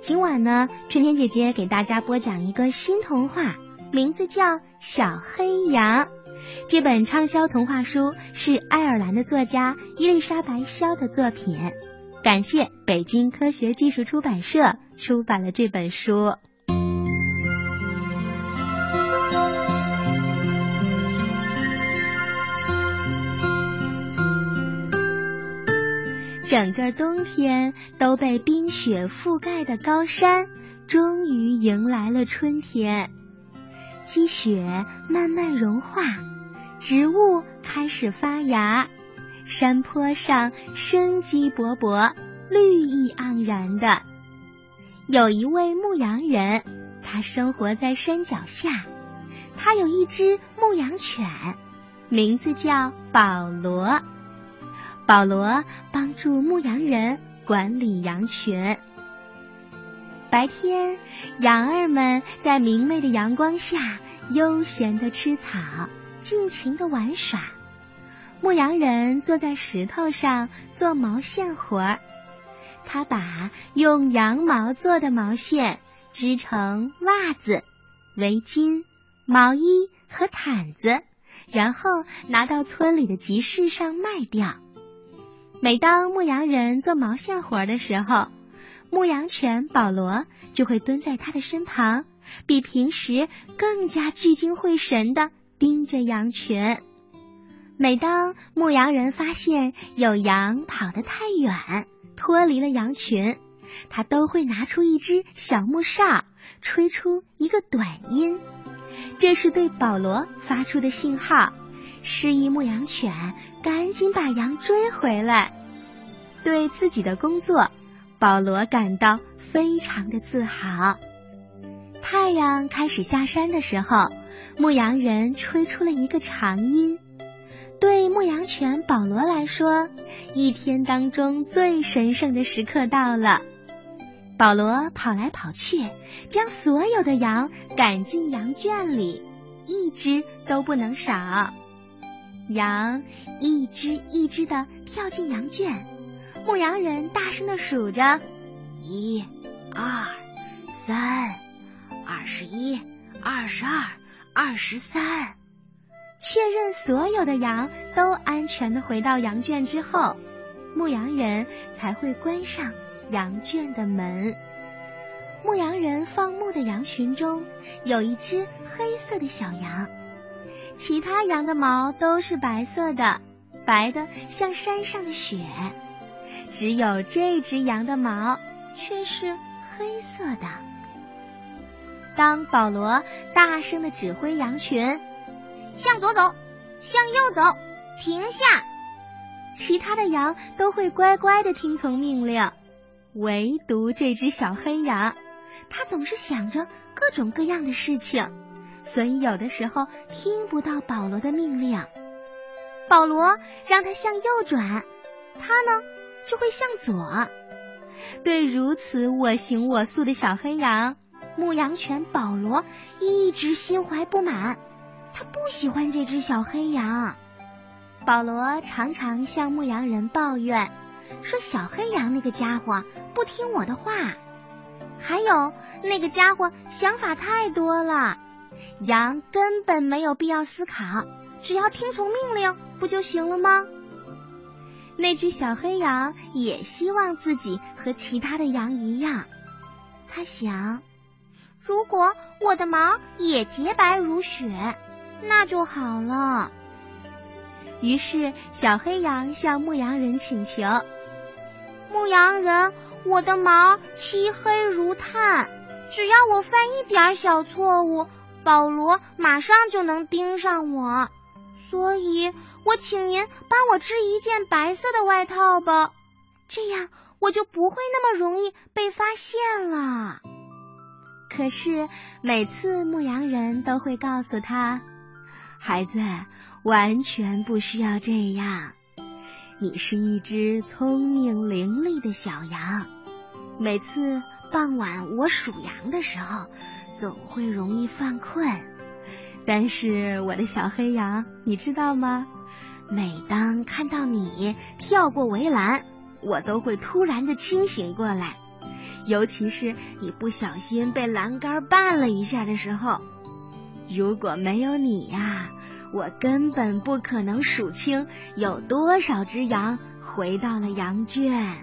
今晚呢，春天姐姐给大家播讲一个新童话，名字叫《小黑羊》。这本畅销童话书是爱尔兰的作家伊丽莎白·肖的作品，感谢北京科学技术出版社出版了这本书。整个冬天都被冰雪覆盖的高山，终于迎来了春天。积雪慢慢融化，植物开始发芽，山坡上生机勃勃，绿意盎然的。有一位牧羊人，他生活在山脚下，他有一只牧羊犬，名字叫保罗。保罗帮助牧羊人管理羊群。白天，羊儿们在明媚的阳光下悠闲地吃草，尽情地玩耍。牧羊人坐在石头上做毛线活，他把用羊毛做的毛线织成袜子、围巾、毛衣和毯子，然后拿到村里的集市上卖掉。每当牧羊人做毛线活的时候，牧羊犬保罗就会蹲在他的身旁，比平时更加聚精会神地盯着羊群。每当牧羊人发现有羊跑得太远，脱离了羊群，他都会拿出一只小木哨，吹出一个短音，这是对保罗发出的信号，示意牧羊犬赶紧把羊追回来。对自己的工作，保罗感到非常的自豪。太阳开始下山的时候，牧羊人吹出了一个长音。对牧羊犬保罗来说，一天当中最神圣的时刻到了。保罗跑来跑去，将所有的羊赶进羊圈里，一只都不能少。羊一只一只地跳进羊圈，牧羊人大声地数着1、2、3、21、22、23，确认所有的羊都安全地回到羊圈之后，牧羊人才会关上羊圈的门。牧羊人放牧的羊群中有一只黑色的小羊，其他羊的毛都是白色的，白的像山上的雪，只有这只羊的毛却是黑色的。当保罗大声地指挥羊群，向左走，向右走，停下，其他的羊都会乖乖地听从命令，唯独这只小黑羊，它总是想着各种各样的事情，所以有的时候听不到保罗的命令。保罗让它向右转，它呢就会向左。对如此我行我素的小黑羊，牧羊犬保罗一直心怀不满，他不喜欢这只小黑羊。保罗常常向牧羊人抱怨，说小黑羊那个家伙不听我的话，还有那个家伙想法太多了，羊根本没有必要思考，只要听从命令不就行了吗？那只小黑羊也希望自己和其他的羊一样，他想，如果我的毛也洁白如雪，那就好了。于是小黑羊向牧羊人请求，牧羊人，我的毛漆黑如炭，只要我犯一点小错误，保罗马上就能盯上我，所以我请您帮我织一件白色的外套吧，这样我就不会那么容易被发现了。可是每次牧羊人都会告诉他，孩子，完全不需要这样，你是一只聪明伶俐的小羊，每次傍晚我数羊的时候总会容易犯困，但是我的小黑羊，你知道吗？每当看到你跳过围栏，我都会突然的清醒过来， 尤其是你不小心被栏杆绊了一下的时候。如果没有你呀，我根本不可能数清有多少只羊回到了羊圈。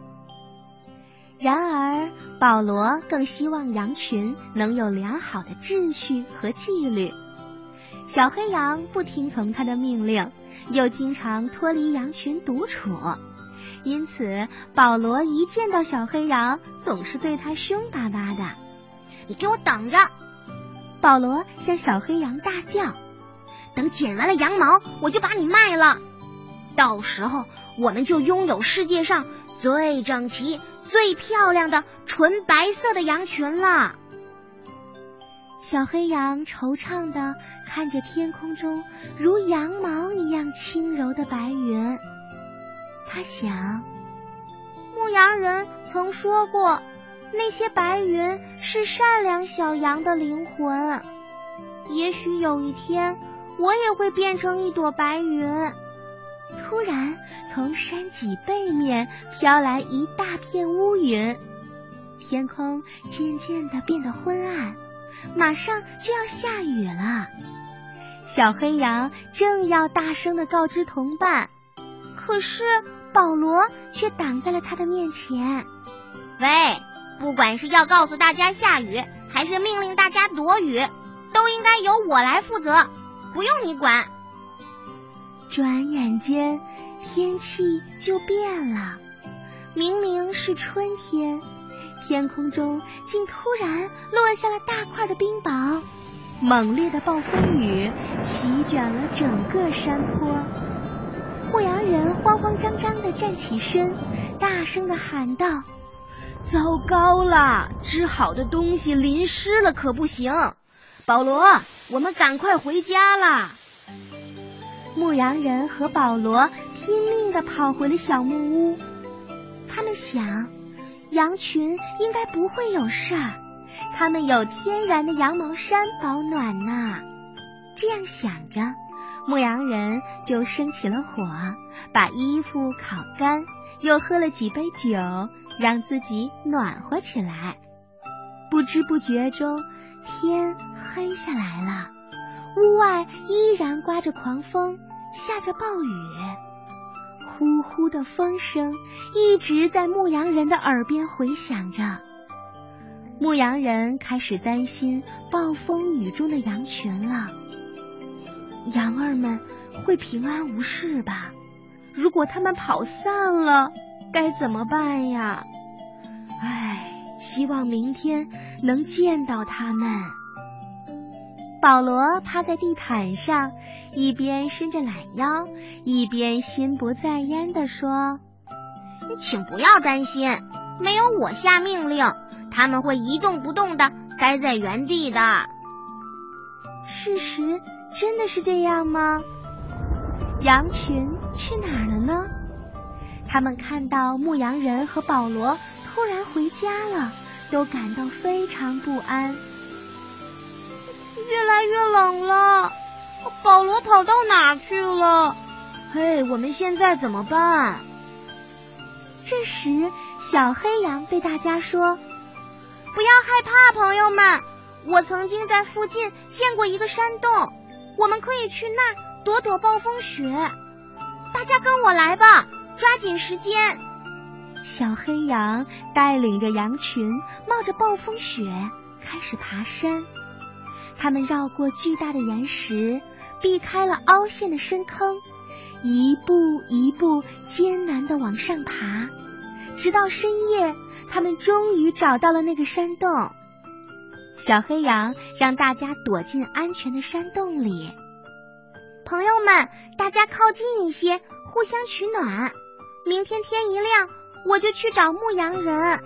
然而，保罗更希望羊群能有良好的秩序和纪律。小黑羊不听从他的命令，又经常脱离羊群独处，因此保罗一见到小黑羊，总是对他凶巴巴的。 你给我等着！ 保罗向小黑羊大叫， 等剪完了羊毛，我就把你卖了，到时候我们就拥有世界上最整齐最漂亮的纯白色的羊群了。 小黑羊惆怅地看着天空中如羊毛一样轻柔的白云，他想， 牧羊人曾说过，那些白云是善良小羊的灵魂，也许有一天我也会变成一朵白云。 突然从山脊背面飘来一大片乌云，天空渐渐地变得昏暗，马上就要下雨了。小黑羊正要大声地告知同伴，可是保罗却挡在了他的面前。 喂，不管是要告诉大家下雨，还是命令大家躲雨，都应该由我来负责，不用你管。 转眼间天气就变了，明明是春天，天空中竟突然落下了大块的冰雹，猛烈的暴风雨席卷了整个山坡。牧羊人慌慌张张地站起身，大声地喊道：糟糕了，织好的东西淋湿了可不行，保罗，我们赶快回家啦！牧羊人和保罗拼命地跑回了小木屋，他们想，羊群应该不会有事儿，他们有天然的羊毛衫保暖呢。这样想着，牧羊人就生起了火，把衣服烤干，又喝了几杯酒，让自己暖和起来。不知不觉中，天黑下来了，屋外依然刮着狂风，下着暴雨，呼呼的风声一直在牧羊人的耳边回响着。牧羊人开始担心暴风雨中的羊群了。羊儿们会平安无事吧？如果他们跑散了，该怎么办呀？希望明天能见到他们。保罗趴在地毯上，一边伸着懒腰，一边心不在焉地说： 请不要担心，没有我下命令，他们会一动不动地待在原地的。 事实真的是这样吗？羊群去哪儿了呢？他们看到牧羊人和保罗突然回家了，都感到非常不安。 越来越冷了，保罗跑到哪去了？ 嘿，我们现在怎么办？这时，小黑羊对大家说： 不要害怕，朋友们，我曾经在附近见过一个山洞，我们可以去那儿躲躲暴风雪。大家跟我来吧，抓紧时间。 小黑羊带领着羊群，冒着暴风雪开始爬山。他们绕过巨大的岩石，避开了凹陷的深坑，一步一步艰难地往上爬，直到深夜，他们终于找到了那个山洞。小黑羊让大家躲进安全的山洞里。 朋友们，大家靠近一些，互相取暖。明天天一亮，我就去找牧羊人。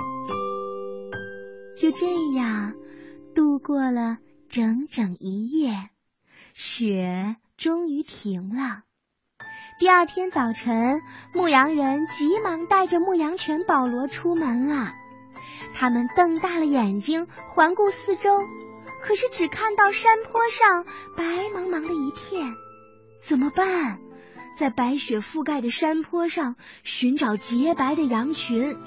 就这样度过了整整一夜，雪终于停了。第二天早晨，牧羊人急忙带着牧羊犬保罗出门了。他们瞪大了眼睛，环顾四周，可是只看到山坡上白茫茫的一片。怎么办？在白雪覆盖的山坡上寻找洁白的羊群，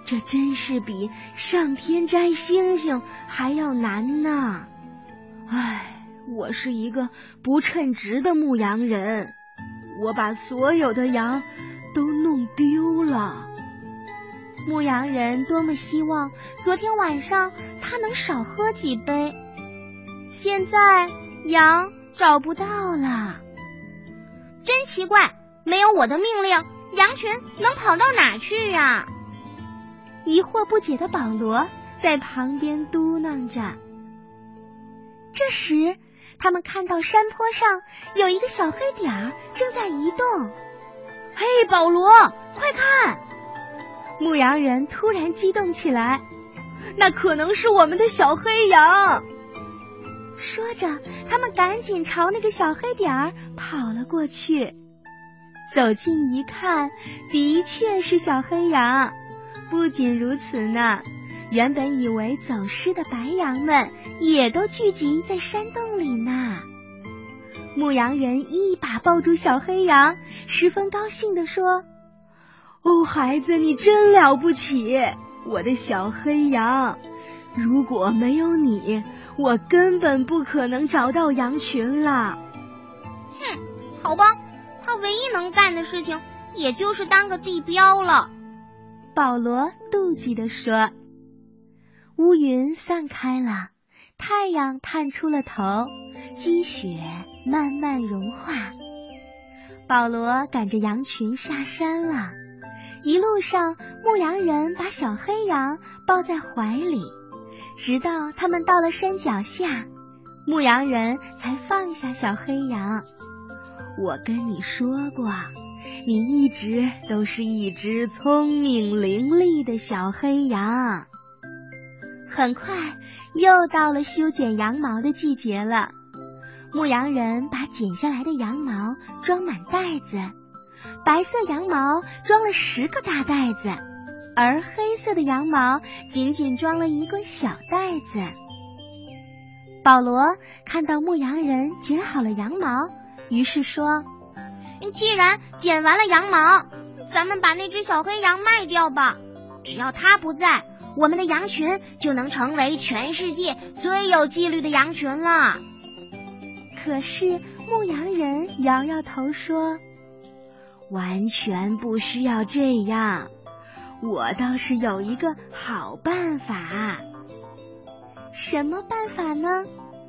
这真是比上天摘星星还要难呢。唉，我是一个不称职的牧羊人，我把所有的羊都弄丢了。 牧羊人多么希望昨天晚上他能少喝几杯，现在羊找不到了。真奇怪，没有我的命令，羊群能跑到哪去呀？ 疑惑不解的保罗在旁边嘟囔着。这时他们看到山坡上有一个小黑点儿正在移动。 嘿，保罗，快看！ 牧羊人突然激动起来，那可能是我们的小黑羊。说着，他们赶紧朝那个小黑点儿跑了过去。走近一看，的确是小黑羊。不仅如此呢，原本以为走失的白羊们也都聚集在山洞里呢。牧羊人一把抱住小黑羊，十分高兴地说：哦，孩子，你真了不起，我的小黑羊，如果没有你，我根本不可能找到羊群了。 哼，好吧，他唯一能干的事情也就是当个地标了。 保罗妒忌地说。乌云散开了，太阳探出了头，积雪慢慢融化。保罗赶着羊群下山了，一路上牧羊人把小黑羊抱在怀里，直到他们到了山脚下，牧羊人才放下小黑羊。我跟你说过，你一直都是一只聪明伶俐的小黑羊。很快又到了修剪羊毛的季节了，牧羊人把剪下来的羊毛装满袋子，白色羊毛装了10个大袋子，而黑色的羊毛仅仅装了一个小袋子。保罗看到牧羊人剪好了羊毛，于是说： 既然剪完了羊毛，咱们把那只小黑羊卖掉吧，只要它不在，我们的羊群就能成为全世界最有纪律的羊群了。 可是牧羊人摇摇头说：完全不需要这样，我倒是有一个好办法。什么办法呢？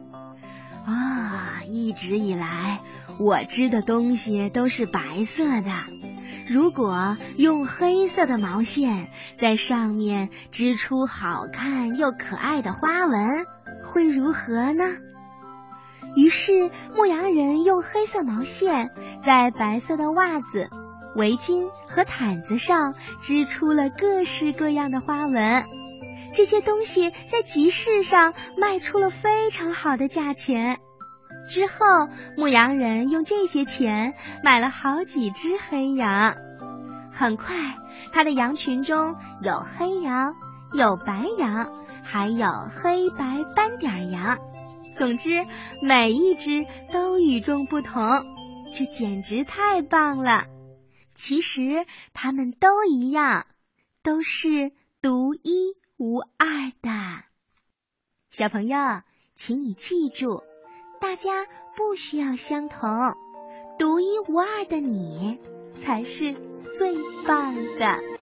一直以来我织的东西都是白色的，如果用黑色的毛线在上面织出好看又可爱的花纹，会如何呢？于是牧羊人用黑色毛线在白色的袜子、围巾和毯子上织出了各式各样的花纹。这些东西在集市上卖出了非常好的价钱。之后牧羊人用这些钱买了好几只黑羊。很快他的羊群中有黑羊，有白羊，还有黑白斑点羊，总之每一只都与众不同，这简直太棒了。其实它们都一样，都是独一无二的。小朋友，请你记住，大家不需要相同，独一无二的你才是最棒的。